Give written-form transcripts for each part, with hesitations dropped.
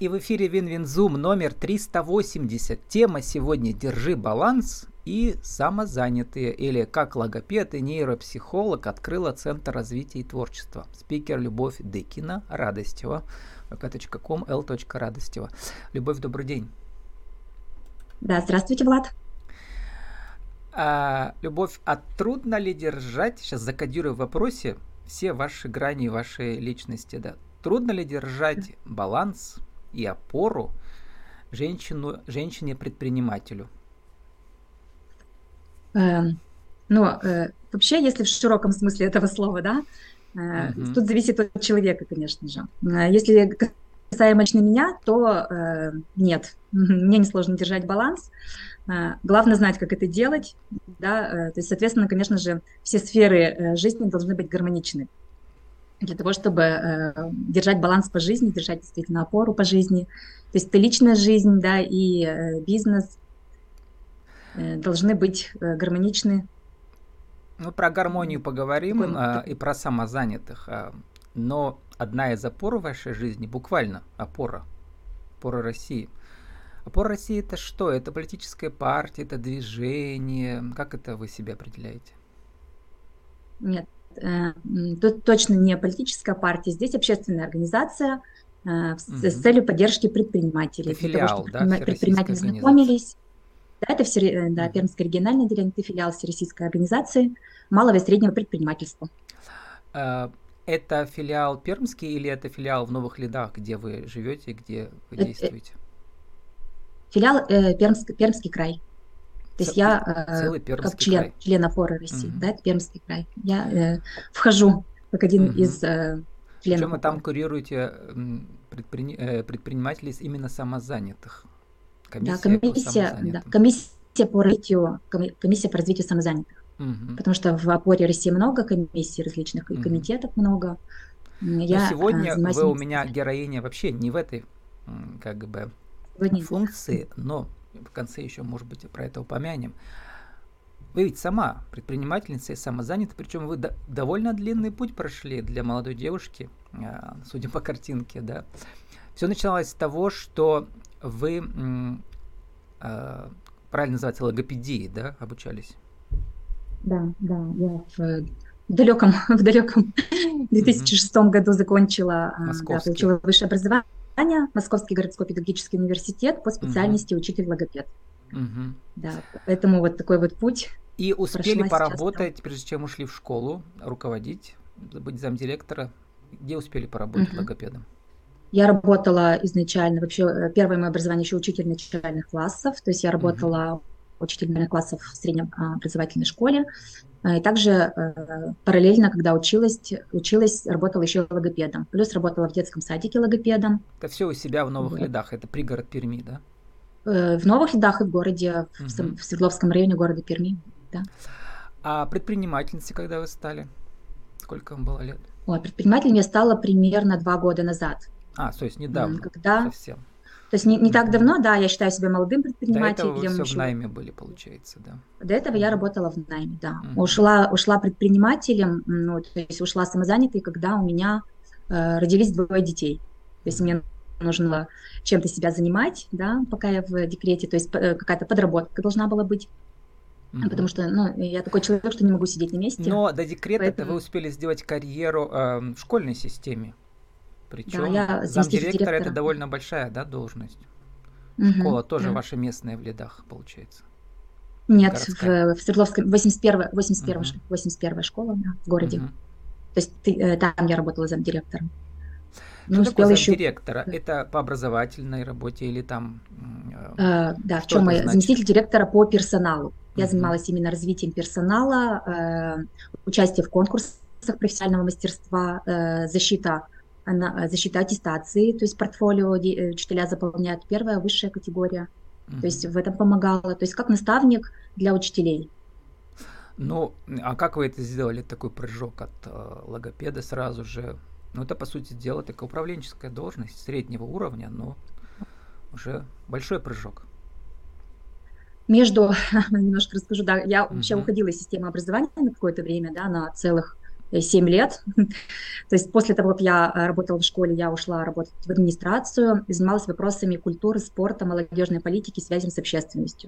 И в эфире Винвинзум номер 380. Тема сегодня «Держи баланс» и «Самозанятые» или «Как логопед и нейропсихолог открыла Центр развития и творчества». Спикер Любовь Дыкина, Радостева, vk.com, l.радостева. Любовь, добрый день. Да, здравствуйте, Влад. Любовь, трудно ли держать, сейчас закодирую в вопросе, все ваши грани вашей личности, да? Трудно ли держать баланс и опору женщине-предпринимателю? Вообще, если в широком смысле этого слова, да, тут зависит от человека, конечно же. Если касаемо лично меня, то нет, мне несложно держать баланс. Главное знать, как это делать, да, то есть, соответственно, конечно же, все сферы жизни должны быть гармоничны. Для того, чтобы держать баланс по жизни, держать действительно опору по жизни. То есть это личная жизнь, да, и бизнес должны быть гармоничны. Мы про гармонию поговорим и про самозанятых. Но одна из опор в вашей жизни, буквально опора России. Опора России это что? Это политическая партия, это движение? Как это вы себя определяете? Нет. Тут точно не политическая партия, здесь общественная организация с целью поддержки предпринимателей. Это филиал, для того, чтобы предприниматели знакомились. Да, это Пермское региональное отделение, это филиал Всероссийской организации малого и среднего предпринимательства. Это филиал Пермский или это филиал в Новых Лидах, где вы живете, где вы действуете? Филиал Пермский край. То есть я как член опоры России, да, это Пермский край. Я вхожу как один из членов. Причем вы там курируете предпринимателей именно самозанятых? Комиссия по развитию самозанятых. Потому что в опоре России много комиссий различных, и комитетов много. Сегодня вы у меня героиня вообще не в этой функции, но в конце еще, может быть, про это упомянем. Вы ведь сама предпринимательница и самозанята, причем вы довольно длинный путь прошли для молодой девушки, судя по картинке, да. Все начиналось с того, что вы, правильно называется, логопедии, да, обучались? Да, я в далеком 2006 году закончила, получила высшее образование. Московский городской педагогический университет по специальности учитель-логопед. Да, поэтому вот такой вот путь. И успели поработать, прежде чем ушли в школу, руководить, быть замдиректора. Где успели поработать логопедом? Я работала изначально, вообще первое мое образование еще учитель начальных классов, то есть я работала учителем начальных классов в среднем образовательной школе. И также параллельно, когда училась, работала еще логопедом. Плюс работала в детском садике логопедом. Это все у себя в Новых Лидах, это пригород Перми, да? В Новых Лидах и в городе, в Свердловском районе города Перми, да. А предпринимательницей когда вы стали? Сколько вам было лет? Предпринимателем я стала примерно 2 года назад. То есть недавно совсем. То есть не так давно, да, я считаю себя молодым предпринимателем. До этого вы все в найме были, получается, да? До этого я работала в найме, да. Ушла предпринимателем, то есть ушла самозанятой, когда у меня родились 2 детей. То есть мне нужно чем-то себя занимать, да, пока я в декрете, то есть какая-то подработка должна была быть. Потому что, я такой человек, что не могу сидеть на месте. Но до декрета вы успели сделать карьеру в школьной системе. Причем замдиректора это довольно большая, да, должность. Школа тоже ваша местная в Лидах, получается. Нет, в Свердловском 81-я школа, да, в городе. То есть там я работала замдиректором. Что такое замдиректора? Это по образовательной работе или там... Да, в чем я заместитель директора по персоналу. Я занималась именно развитием персонала, участие в конкурсах профессионального мастерства, защита аттестации, то есть портфолио учителя заполняют, первая, высшая категория. То есть в этом помогала, то есть как наставник для учителей. А как вы это сделали, такой прыжок от логопеда сразу же? Это, по сути дела, такая управленческая должность среднего уровня, но уже большой прыжок. Немножко расскажу, да, я вообще уходила из системы образования на какое-то время, да, на целых 7 лет. То есть после того, как я работала в школе, я ушла работать в администрацию и занималась вопросами культуры, спорта, молодежной политики, связям с общественностью.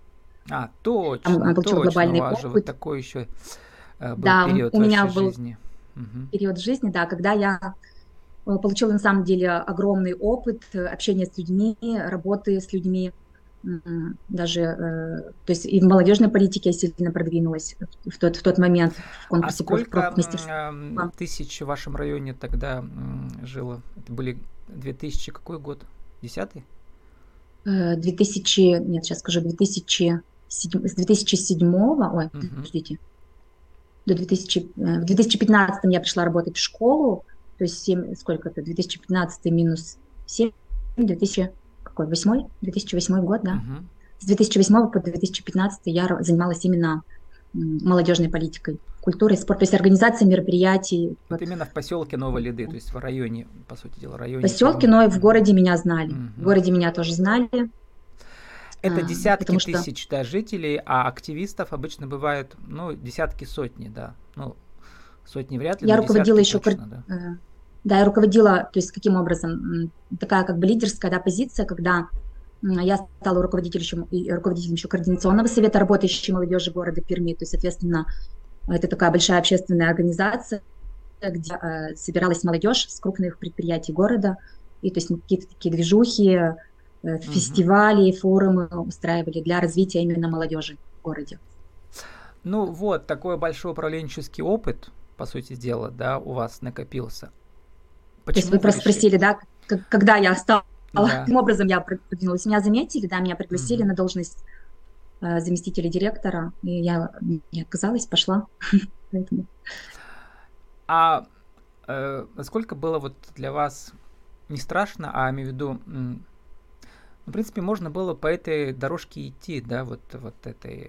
Там получила точно, у глобальный вас же вот опыт. такой еще был Да, период у меня вашей был жизни. Мгм. период жизни, да, когда я получила на самом деле огромный опыт общения с людьми, работы с людьми, даже, то есть и в молодежной политике я сильно продвинулась в тот момент в А конкурсе сколько профмастерства. тысяч в вашем районе тогда жило? Это были 2000 какой год? 10-й? 2000, нет, сейчас скажу, 2007, с 2007, ой, Мгм. подождите, до 2000, в 2015 я пришла работать в школу, то есть 7, сколько это, 2015 минус 7, 2000, какой, 8, 2008 год, да. Мгм. С 2008 по 2015 я занималась именно молодежной политикой, культурой, спортом, то есть организацией мероприятий. Вот Вот. именно в поселке Новой Лиды, то есть в районе, по сути дела, В районе поселке, Перми. но и в Мгм. городе меня знали. В Мгм. городе меня тоже знали, Это десятки потому что тысяч, да, жителей, а активистов обычно бывает, ну, десятки, сотни, да. Ну, сотни вряд ли, я но руководила десятки еще, точно, да. да, я руководила, то есть каким образом, такая как бы лидерская, да, позиция, когда я стала руководителем еще Координационного совета работающей молодежи города Перми, то есть, соответственно, это такая большая общественная организация, где собиралась молодежь с крупных предприятий города, и то есть мы какие-то такие движухи, Мгм. фестивали, форумы устраивали для развития именно молодежи в городе. Ну вот, такой большой управленческий опыт, по сути дела, да, у вас накопился. То есть Почему вы вы просто решили? спросили, да, когда я стала, Да. каким образом я продвинулась. Меня заметили, да, меня пригласили Мгм. на должность заместителя директора, и я не отказалась, пошла. Поэтому А насколько было вот для вас не страшно, а имею в виду, ну, в принципе, можно было по этой дорожке идти, да, вот этой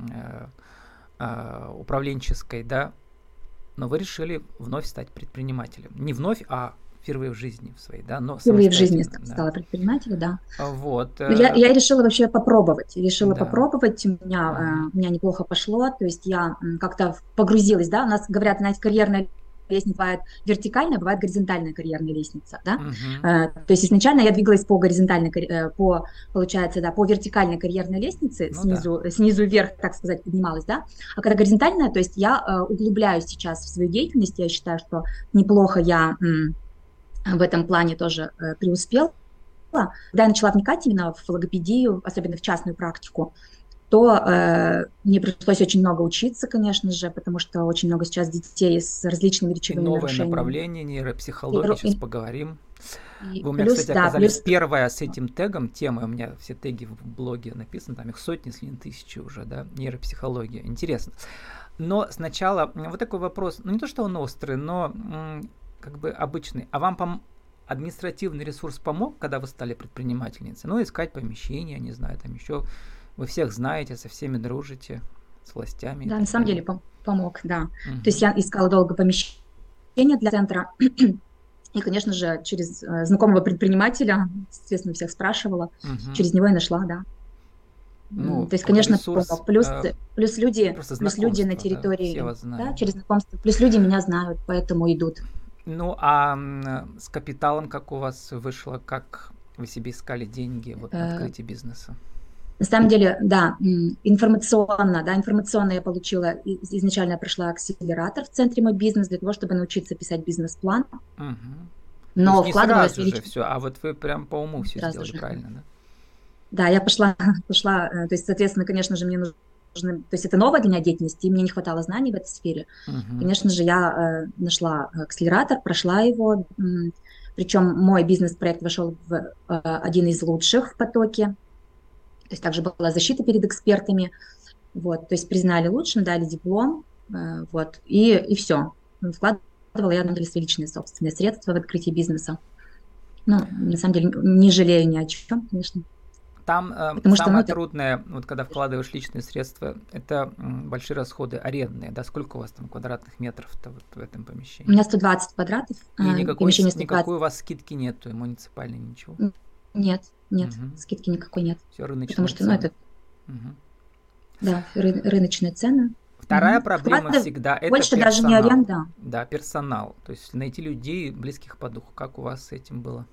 управленческой, да, но вы решили вновь стать предпринимателем. Не вновь, а впервые в жизни в своей, да, но впервые в жизни самостоятельно, да. стала предпринимателем, да. Вот, Но я решила вообще попробовать. Решила да. попробовать. Мгм. У меня неплохо пошло. То есть я как-то погрузилась, да. У нас говорят, знаете, карьерная лестница бывает вертикальная, бывает горизонтальная карьерная лестница, да. Мгм. То есть изначально я двигалась по горизонтальной, получается, да, по вертикальной карьерной лестнице, Ну да. снизу вверх, так сказать, поднималась, да. А когда горизонтальная, то есть я углубляюсь сейчас в свою деятельность. Я считаю, что неплохо я в этом плане тоже преуспела. Когда я начала вникать именно в логопедию, особенно в частную практику, то мне пришлось очень много учиться, конечно же, потому что очень много сейчас детей с различными И речевыми новое нарушениями. направление И, нейропсихологии, сейчас поговорим. и Вы у меня, плюс, кстати, да, оказались плюс, первая с этим тегом темы. У меня все теги в блоге написаны, там их сотни, если не тысячи уже, да, нейропсихология. Интересно. Но сначала вот такой вопрос, ну не то, что он острый, но как бы обычный. А вам административный ресурс помог, когда вы стали предпринимательницей? Ну, искать помещение, не знаю, там еще. Вы всех знаете, со всеми дружите, с властями и да, на так самом далее. деле помог, да. То есть Мгм. я искала долго помещение для центра, и, конечно же, через знакомого предпринимателя, естественно, всех спрашивала, Мгм. через него и нашла, да. Ну, То есть, вот конечно, ресурс, помог. Плюс просто люди на знакомства, да, все территории, вас да, знают, да. через знакомство, плюс люди меня знают, поэтому идут. Ну, а с капиталом как у вас вышло, как вы себе искали деньги вот на Э, открытие бизнеса? На самом деле, да, информационно я получила, изначально я прошла акселератор в центре «Мой бизнес» для того, чтобы научиться писать бизнес-план, Мгм. То есть но не вкладывала сразу свои же личные все, а вот вы прям по уму все сразу сделали же. правильно, да? Да, я пошла, то есть, соответственно, конечно же, мне нужно, то есть это новая для меня деятельность, и мне не хватало знаний в этой сфере. Мгм. Конечно же, я нашла акселератор, прошла его, причем мой бизнес-проект вошел в один из лучших в потоке, то есть также была защита перед экспертами, вот, то есть признали лучшим, дали диплом, вот, и все. Вкладывала я, на деле, свои личные собственные средства в открытие бизнеса. Ну, на самом деле, не жалею ни о чем, конечно, Там потому что, ну, самое это трудное, вот когда вкладываешь личные средства, это большие расходы арендные, да? Сколько у вас там квадратных метров-то вот в этом у меня помещении? 120 квадратов, И помещение никакой 120. у вас скидки нету, и муниципальной ничего. Нет, нет, Угу. скидки никакой нет. Все Потому рыночные что, ну, цены. это, Мгм. да, рыночные цены. Вторая проблема Вклады всегда это больше даже не персонал. аренда. Да, персонал. То есть найти людей, близких по духу. Как у вас с этим было?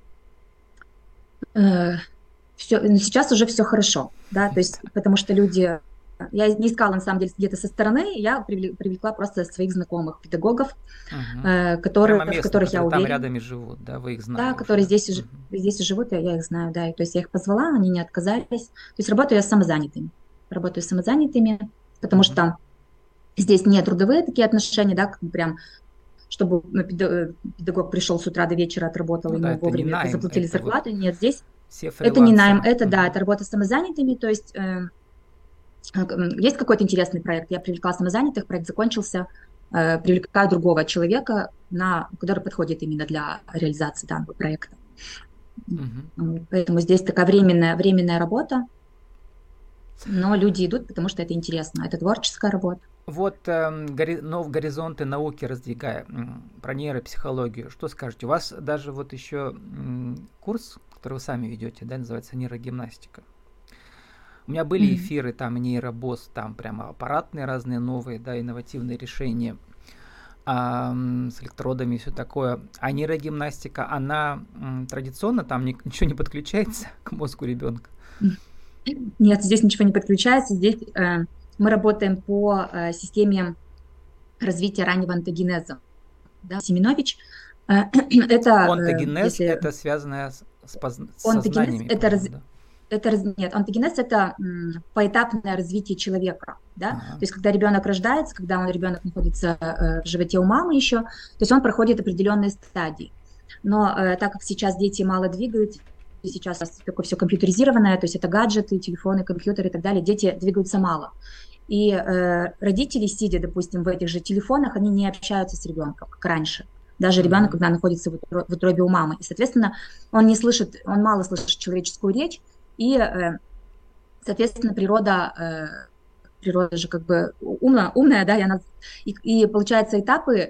Все, сейчас уже все хорошо, да, то есть, потому что люди, я не искала, на самом деле, где-то со стороны, я привлекла просто своих знакомых педагогов, Мгм. Прямо в местные, которых я которые там уверена, рядом и живут, да, вы их да, знали уже, которые да? здесь, Мгм. здесь и живут, я их знаю, да, и, то есть я их позвала, они не отказались, то есть работаю с самозанятыми, потому Мгм. что здесь не трудовые такие отношения, да, как бы прям, чтобы педагог пришел с утра до вечера, отработал, Ну да, ему это не вовремя найм, заплатили это вот зарплату, нет, здесь все это не найм, фрилансеры. это, да, Мгм. это работа с самозанятыми, то есть есть какой-то интересный проект, я привлекла самозанятых, проект закончился, привлекаю другого человека, который подходит именно для реализации данного проекта. Мгм. Поэтому здесь такая временная работа, но люди идут, потому что это интересно, это творческая работа. Вот в горизонты науки раздвигая про нейропсихологию, что скажете? У вас даже вот еще курс, который вы сами ведете, да, называется нейрогимнастика. У меня были Мгм. эфиры, там нейробосс, там прямо аппаратные разные новые, да, инновативные решения с электродами и все такое. А нейрогимнастика, она традиционно, там ничего не подключается к мозгу ребенка. Нет, здесь ничего не подключается, здесь мы работаем по системе развития раннего онтогенеза. Да, Семенович, это, Онтогенез – если это связанное с онтогенез, сознаниями, по-моему, да? нет, онтогенез это поэтапное развитие человека, да, то Ага. есть когда ребенок рождается, когда ребенок находится в животе у мамы еще, то есть он проходит определенные стадии. Но так как сейчас дети мало двигаются, и сейчас такое все компьютеризированное, то есть это гаджеты, телефоны, компьютеры и так далее, дети двигаются мало. И родители, сидя, допустим, в этих же телефонах, они не общаются с ребенком, как раньше. Даже ребенок, Мгм. когда находится в утробе у мамы. И, соответственно, он не слышит, он мало слышит человеческую речь, и, соответственно, природа же как бы умная, да, и получается,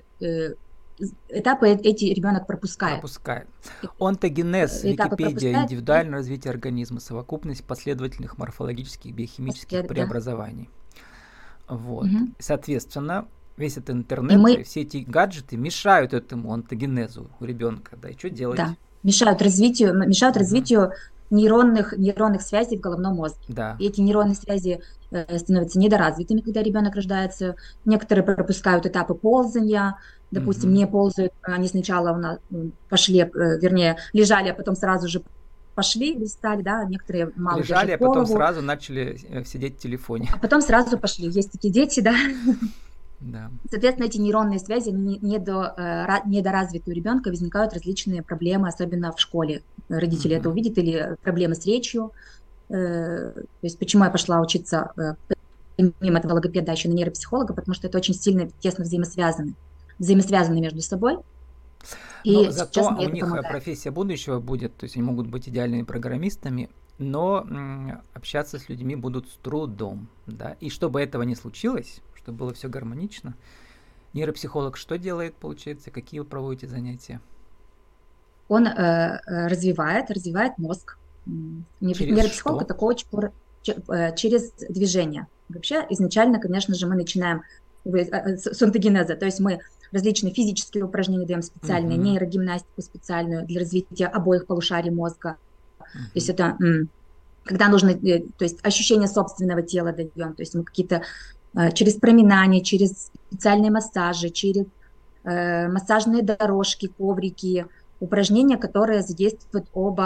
этапы эти ребенок пропускает. Пропускает. Онтогенез, Этапы Википедия, пропускает и индивидуальное развитие организма, совокупность последовательных морфологических биохимических да. преобразований. Вот. Мгм. Соответственно, весь этот И интернет и мы, все эти гаджеты мешают этому онтогенезу у ребенка. Да, и что да, делать? мешают Мгм. развитию нейронных связей в головном мозге. Да. И эти нейронные связи становятся недоразвитыми, когда ребенок рождается. Некоторые пропускают этапы ползания, допустим, Мгм. не ползают, они сначала у нас пошли, вернее, лежали, а потом сразу же пошли или встали, да, некоторые мало Лежали, держат а потом голову, сразу начали сидеть в телефоне. а потом сразу пошли. Есть такие дети, да. Да. Соответственно, эти нейронные связи недоразвиты у ребенка, возникают различные проблемы, особенно в школе. Родители это Мгм. увидят, или проблемы с речью. То есть почему я пошла учиться помимо этого логопеда еще на нейропсихолога, потому что это очень сильно, тесно взаимосвязаны между собой, Но и сейчас зато мне у это них помогает. профессия будущего будет, то есть они могут быть идеальными программистами, но общаться с людьми будут с трудом, да. И чтобы этого не случилось, чтобы было все гармонично, нейропсихолог что делает, получается, какие вы проводите занятия? Он развивает мозг. Через Нейропсихолог что? это коуч через движение. Вообще, изначально, конечно же, мы начинаем с онтогенеза, то есть мы различные физические упражнения даем специальные, Мгм. нейрогимнастику специальную для развития обоих полушарий мозга. То есть Мгм. это когда нужно, то есть ощущение собственного тела даем, то есть мы какие-то через проминание, через специальные массажи, через массажные дорожки, коврики, упражнения, которые задействуют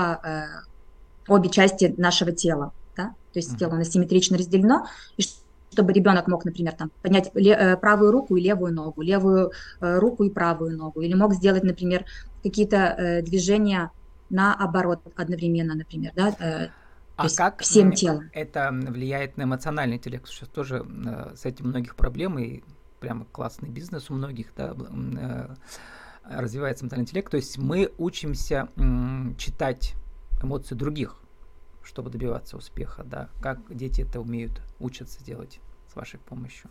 обе части нашего тела. Да? То есть тело Мгм. у нас симметрично разделено, и чтобы ребенок мог, например, там, поднять правую руку и левую ногу, левую руку и правую ногу, или мог сделать, например, какие-то движения наоборот одновременно, например, да, то А есть как всем телом. это влияет на эмоциональный интеллект? Сейчас тоже с этим многих проблем, и прямо классный бизнес у многих, да, развивается эмоциональный интеллект. То есть мы учимся читать эмоции других, чтобы добиваться успеха, да. Как дети это умеют, учатся делать с вашей помощью?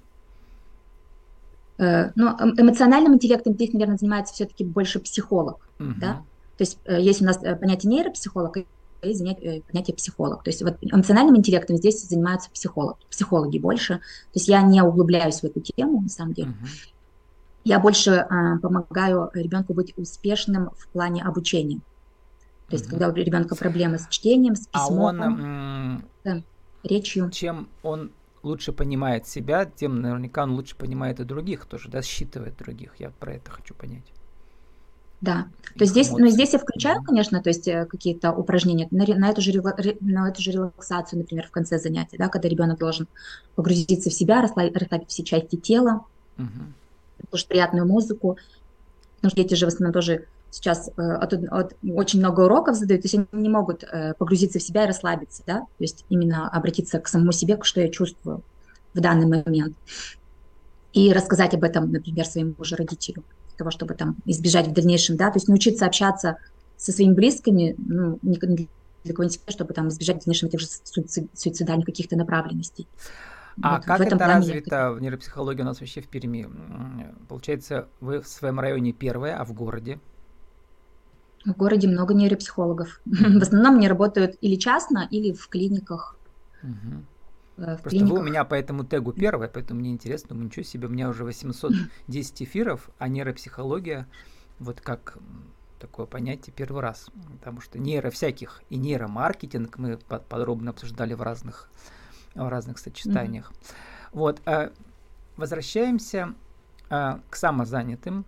Но эмоциональным интеллектом здесь, наверное, занимается все-таки больше психолог, да. Мгм. То есть есть у нас понятие нейропсихолог, есть понятие психолог. То есть вот эмоциональным интеллектом здесь занимаются психологи больше. То есть я не углубляюсь в эту тему, на самом деле. Я больше помогаю ребенку быть успешным в плане обучения. То есть когда у ребенка проблемы с чтением, с письмом, речью. Чем он лучше понимает себя, тем наверняка он лучше понимает и других тоже, да, считывает других. Я про это хочу понять. Да, то есть здесь я включаю, конечно, то есть какие-то упражнения на эту же релаксацию, например, в конце занятия, да, когда ребенок должен погрузиться в себя, расслабить все части тела, слушать приятную музыку. Потому что дети же в основном тоже сейчас очень много уроков задают, то есть они не могут погрузиться в себя и расслабиться, да, то есть именно обратиться к самому себе, что я чувствую в данный момент. И рассказать об этом, например, своему же родителю, для того, чтобы там избежать в дальнейшем, да, то есть научиться общаться со своими близкими, ну, не для кого-нибудь, чтобы там избежать в дальнейшем этих же суицидальных каких-то направленностей. А вот как это развито в нейропсихологии у нас вообще в Перми? Получается, вы в своем районе первые, а в городе? В городе много нейропсихологов. В основном они работают или частно, или в клиниках. Просто вы у меня по этому тегу первая, поэтому мне интересно, думаю, ничего себе, у меня уже 810 эфиров, а нейропсихология, вот как такое понятие первый раз. Потому что нейро всяких и нейромаркетинг мы подробно обсуждали в разных сочетаниях. Вот, возвращаемся к самозанятым.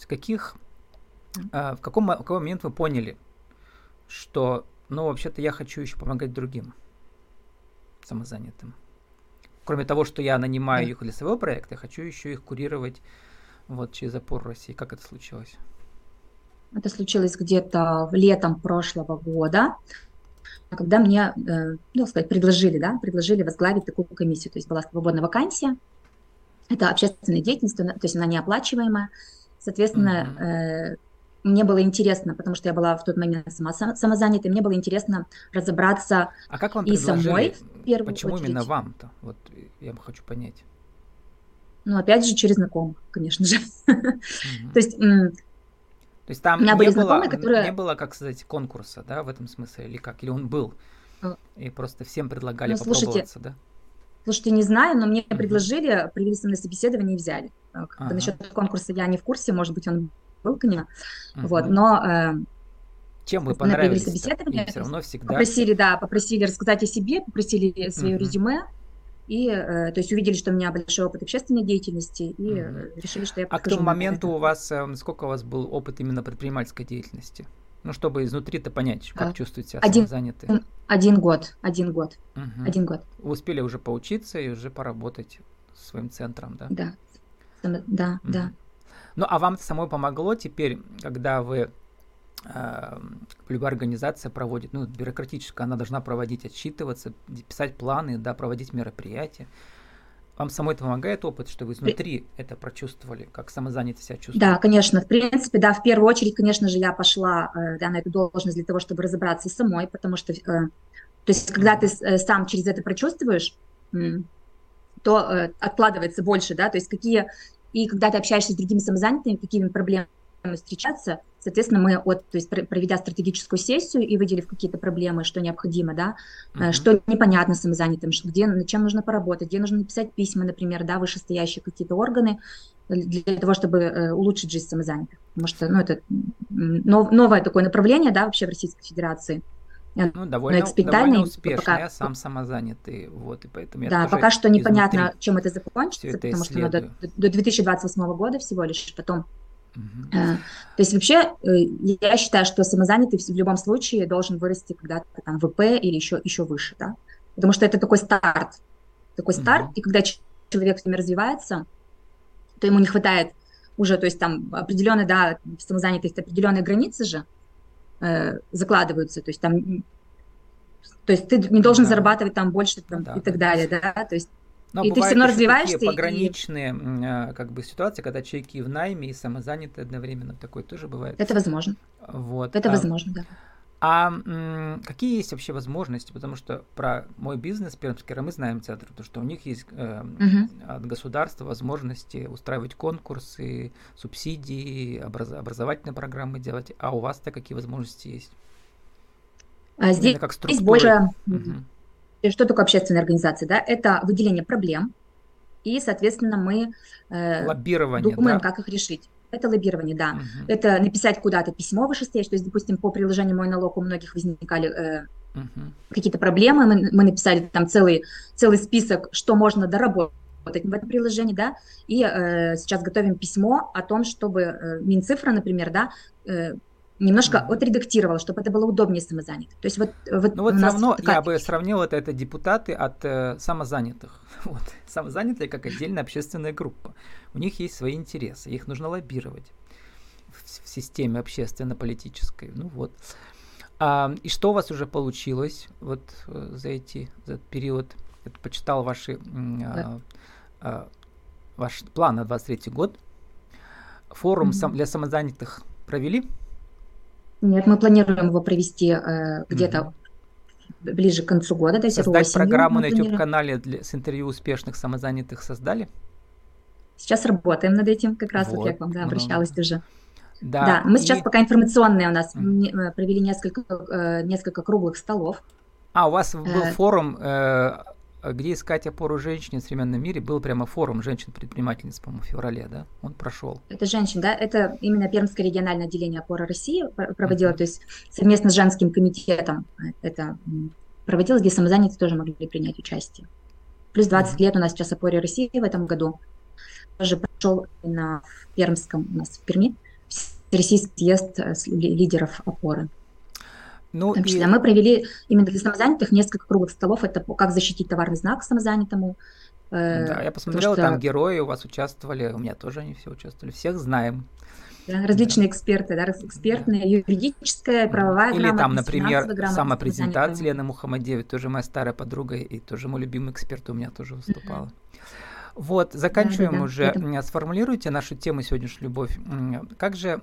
В какой момент вы поняли, что, ну, вообще-то я хочу еще помогать другим самозанятым? Кроме того, что я нанимаю их для своего проекта, я хочу еще их курировать вот через «Опору России». Как это случилось? Это случилось где-то летом прошлого года, когда мне, предложили возглавить такую комиссию. То есть была свободная вакансия. Это общественная деятельность, то есть она неоплачиваемая. Соответственно, мне было интересно, потому что я была в тот момент самозанятой, мне было интересно разобраться как вам и самой в первую Почему очередь. Именно вам-то? Вот я хочу понять. Ну, опять же, через знакомых, конечно же. То есть там не было, как сказать, конкурса, да, в этом смысле, или как? Или он был? И просто всем предлагали попробоваться, да? Слушайте, не знаю, но мне предложили, привели со мной собеседование и взяли. Насчет конкурса я не в курсе, может быть, он был, конечно. Вот, но... Чем вы понравились? Собеседование, все равно всегда... Попросили рассказать о себе, попросили свое резюме. И, то есть, увидели, что у меня большой опыт общественной деятельности, и решили, что я подхожу. А к тому моменту у вас, сколько у вас был опыт именно предпринимательской деятельности? Ну, чтобы изнутри-то понять, как чувствуете себя самозанятые. 1 год. 1 год. Вы успели уже поучиться и уже поработать с своим центром, да? Да. Ну, а вам самой помогло теперь, когда вы любая организация проводит, ну, бюрократическая, она должна проводить, отчитываться, писать планы, да, проводить мероприятия. Вам самой это помогает опыт, что вы изнутри это прочувствовали, как самозанятый себя чувствуете? Да, конечно, в принципе, да, в первую очередь, конечно же, я пошла на эту должность для того, чтобы разобраться самой, потому что, то есть, когда ты сам через это прочувствуешь, то откладывается больше, да, то есть и когда ты общаешься с другими самозанятыми, какими проблемами встречаться, соответственно, мы, то есть проведя стратегическую сессию и выделив какие-то проблемы, что необходимо, да, что непонятно самозанятым, над чем нужно поработать, где нужно написать письма, например, да, вышестоящие какие-то органы для того, чтобы улучшить жизнь самозанятых. Потому что, ну, это новое такое направление, да, вообще в Российской Федерации. Ну, довольно успешный, сам самозанятый, вот, и поэтому я тоже пока что непонятно, чем это закончится, потому что надо до 2028 года всего лишь, потом. То есть вообще я считаю, что самозанятый в любом случае должен вырасти когда-то там в ВП или еще выше, да, потому что это такой старт, и когда человек с ними развивается, то ему не хватает уже, то есть там определенные, да, в самозанятых определенные границы же закладываются, то есть ты не должен зарабатывать там больше там, и так далее, да, то есть. Но и ты все равно развиваешься. Такие пограничные как бы ситуации, когда человек и в найме, и самозанятый одновременно, такое тоже бывает. Это возможно. Вот. Это возможно, да. А какие есть вообще возможности? Потому что про мой бизнес, Пермский, мы знаем центр, то что у них есть от государства возможности устраивать конкурсы, субсидии, образовательные программы делать. А у вас-то какие возможности есть? Здесь, Именно как здесь структуры. больше, Мгм. что такое общественная организация, да? Это выделение проблем, и, соответственно, мы Лоббирование, думаем, да? как их решить. Это лоббирование, да. Мгм. Это написать куда-то письмо вышестоящее, то есть, допустим, по приложению «Мой налог» у многих возникали Мгм. какие-то проблемы, мы написали там целый список, что можно доработать в этом приложении, да, и сейчас готовим письмо о том, чтобы Минцифра, например, да, немножко Мгм. отредактировала, чтобы это было удобнее самозанятым. То есть вот Но у вот все нас равно такая... я бы сравнил это депутаты от самозанятых. Вот. Самозанятые как отдельная общественная группа. У них есть свои интересы, их нужно лоббировать в системе общественно-политической. Ну вот. И что у вас уже получилось вот за этот период? Я почитал ваш план на 23 год. Форум Мгм. для самозанятых провели? Нет, мы планируем его провести Мгм. где-то ближе к концу года, то есть это Создать осенью программу мы на планируем. YouTube-канале с интервью успешных самозанятых создали? Сейчас работаем над этим, как раз вот я Вот, к вам, да, много. обращалась уже. Да, Да, мы сейчас и... пока информационные у нас Мгм. провели несколько круглых столов. У вас был Э, форум, где искать опору женщине в современном мире. Был прямо форум женщин-предпринимательниц, по-моему, в феврале, да? Он прошел. Это женщин, да, это именно Пермское региональное отделение «Опора России» проводило, Мгм. то есть совместно с женским комитетом это проводилось, где самозанятые тоже могли принять участие. Плюс 20 Мгм. лет у нас сейчас «Опоре России» в этом году. Тоже прошел именно в Пермском, у нас в Перми, Всероссийский съезд лидеров «Опоры». В Ну том числе и мы провели именно для самозанятых несколько круглых столов. Это как защитить товарный знак самозанятому, да, я потому посмотрел, там что герои у вас участвовали, у меня тоже они все участвовали. Всех знаем. да, Да, различные эксперты, да, да. экспертная, юридическая, Мгм. правовая Или там, грамотность, финансовая например, грамотность самопрезентация самозанятого. Лены Мухаммадеевой, тоже моя старая подруга и тоже мой любимый эксперт у меня тоже Мгм. выступала. Вот, Да, да, заканчиваем да. уже. Поэтому Сформулируйте нашу тему сегодняшнюю, любовь. Как же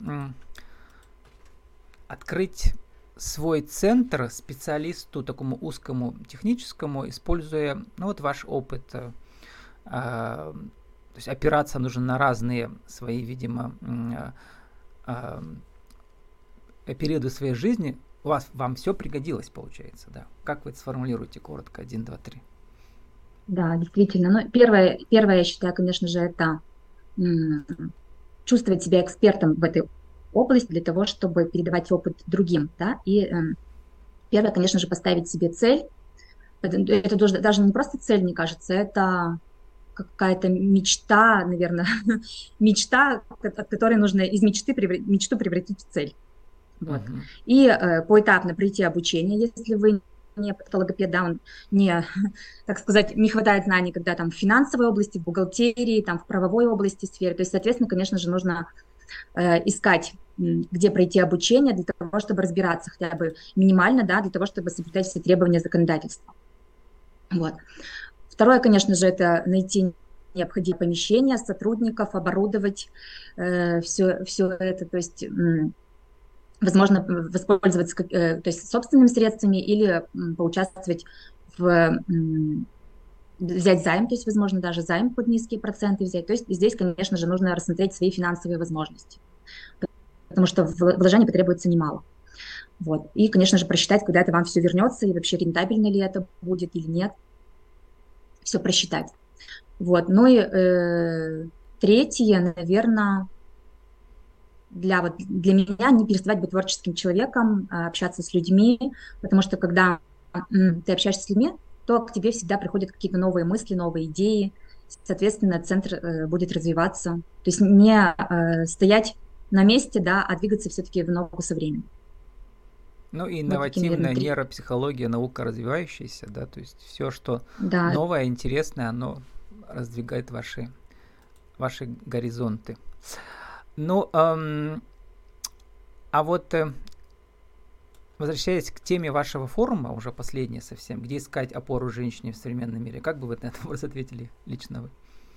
открыть свой центр специалисту такому узкому техническому, используя, ну вот ваш опыт, то есть опираться нужно на разные свои, видимо, а, периоды своей жизни. Вам все пригодилось, получается, да? Как вы это сформулируете коротко? Один, два, три. да, действительно. Ну, первое, я считаю, конечно же, это м, чувствовать себя экспертом в этой области для того, чтобы передавать опыт другим, да. И первое, конечно же, поставить себе цель. Это даже не просто цель, мне кажется, это какая-то мечта, наверное, мечта, от которой нужно из мечту превратить в цель. Вот. Мгм. И поэтапно пройти обучение, если вы не патологопед, да, он не, так сказать, не хватает знаний, когда там в финансовой области, в бухгалтерии, там в правовой области сферы. То есть, соответственно, конечно же, нужно искать, где пройти обучение для того, чтобы разбираться хотя бы минимально, да, для того, чтобы соблюдать все требования законодательства. Вот. Второе, конечно же, это найти необходимые помещения, сотрудников, оборудовать все это, то есть возможно воспользоваться то есть собственными средствами или поучаствовать взять займ, то есть, возможно, даже займ под низкие проценты взять. То есть здесь, конечно же, нужно рассмотреть свои финансовые возможности, потому что вложений потребуется немало. Вот. И, конечно же, просчитать, когда это вам все вернется, и вообще рентабельно ли это будет или нет. Все просчитать. Вот. Ну и третье, наверное, для меня не переставать быть творческим человеком, общаться с людьми, потому что когда ты общаешься с людьми, то к тебе всегда приходят какие-то новые мысли, новые идеи, соответственно, центр будет развиваться. То есть не стоять на месте, да, а двигаться все-таки в ногу со временем. Ну и Вот такие, наверное, инновативная три. нейропсихология, наука развивающаяся, да, то есть все, что Да, новое, интересное, оно раздвигает ваши горизонты. Ну, а вот возвращаясь к теме вашего форума, уже последняя совсем, где искать опору женщине в современном мире, как бы вы на этот вопрос ответили лично вы?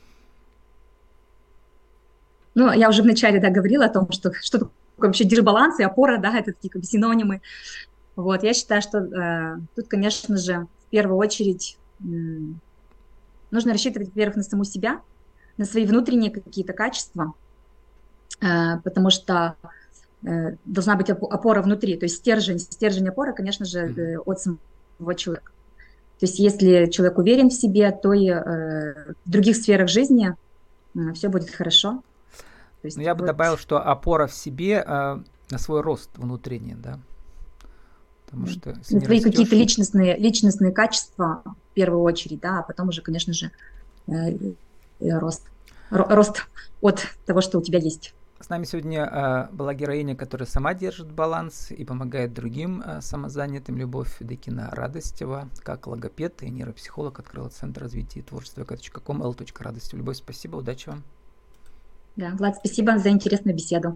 ну, я уже вначале, да, говорила о том, что такое вообще дисбаланс и опора, да, это такие как бы синонимы. Вот, я считаю, что тут, конечно же, в первую очередь нужно рассчитывать, во-первых, на саму себя, на свои внутренние какие-то качества, потому что должна быть опора внутри, то есть стержень опоры, конечно же, от самого человека. То есть если человек уверен в себе, то и в других сферах жизни все будет хорошо. То есть я бы добавил, что опора в себе на свой рост внутренний, да. Потому что на твои какие-то личностные качества в первую очередь, да, а потом уже, конечно же, рост от того, что у тебя есть. С нами сегодня была героиня, которая сама держит баланс и помогает другим самозанятым. Любовь Федыкина Радостева, как логопед и нейропсихолог, открыла Центр развития и творчества vk.com l.радостев. Любовь, спасибо, удачи вам. Да, Влад, спасибо за интересную беседу.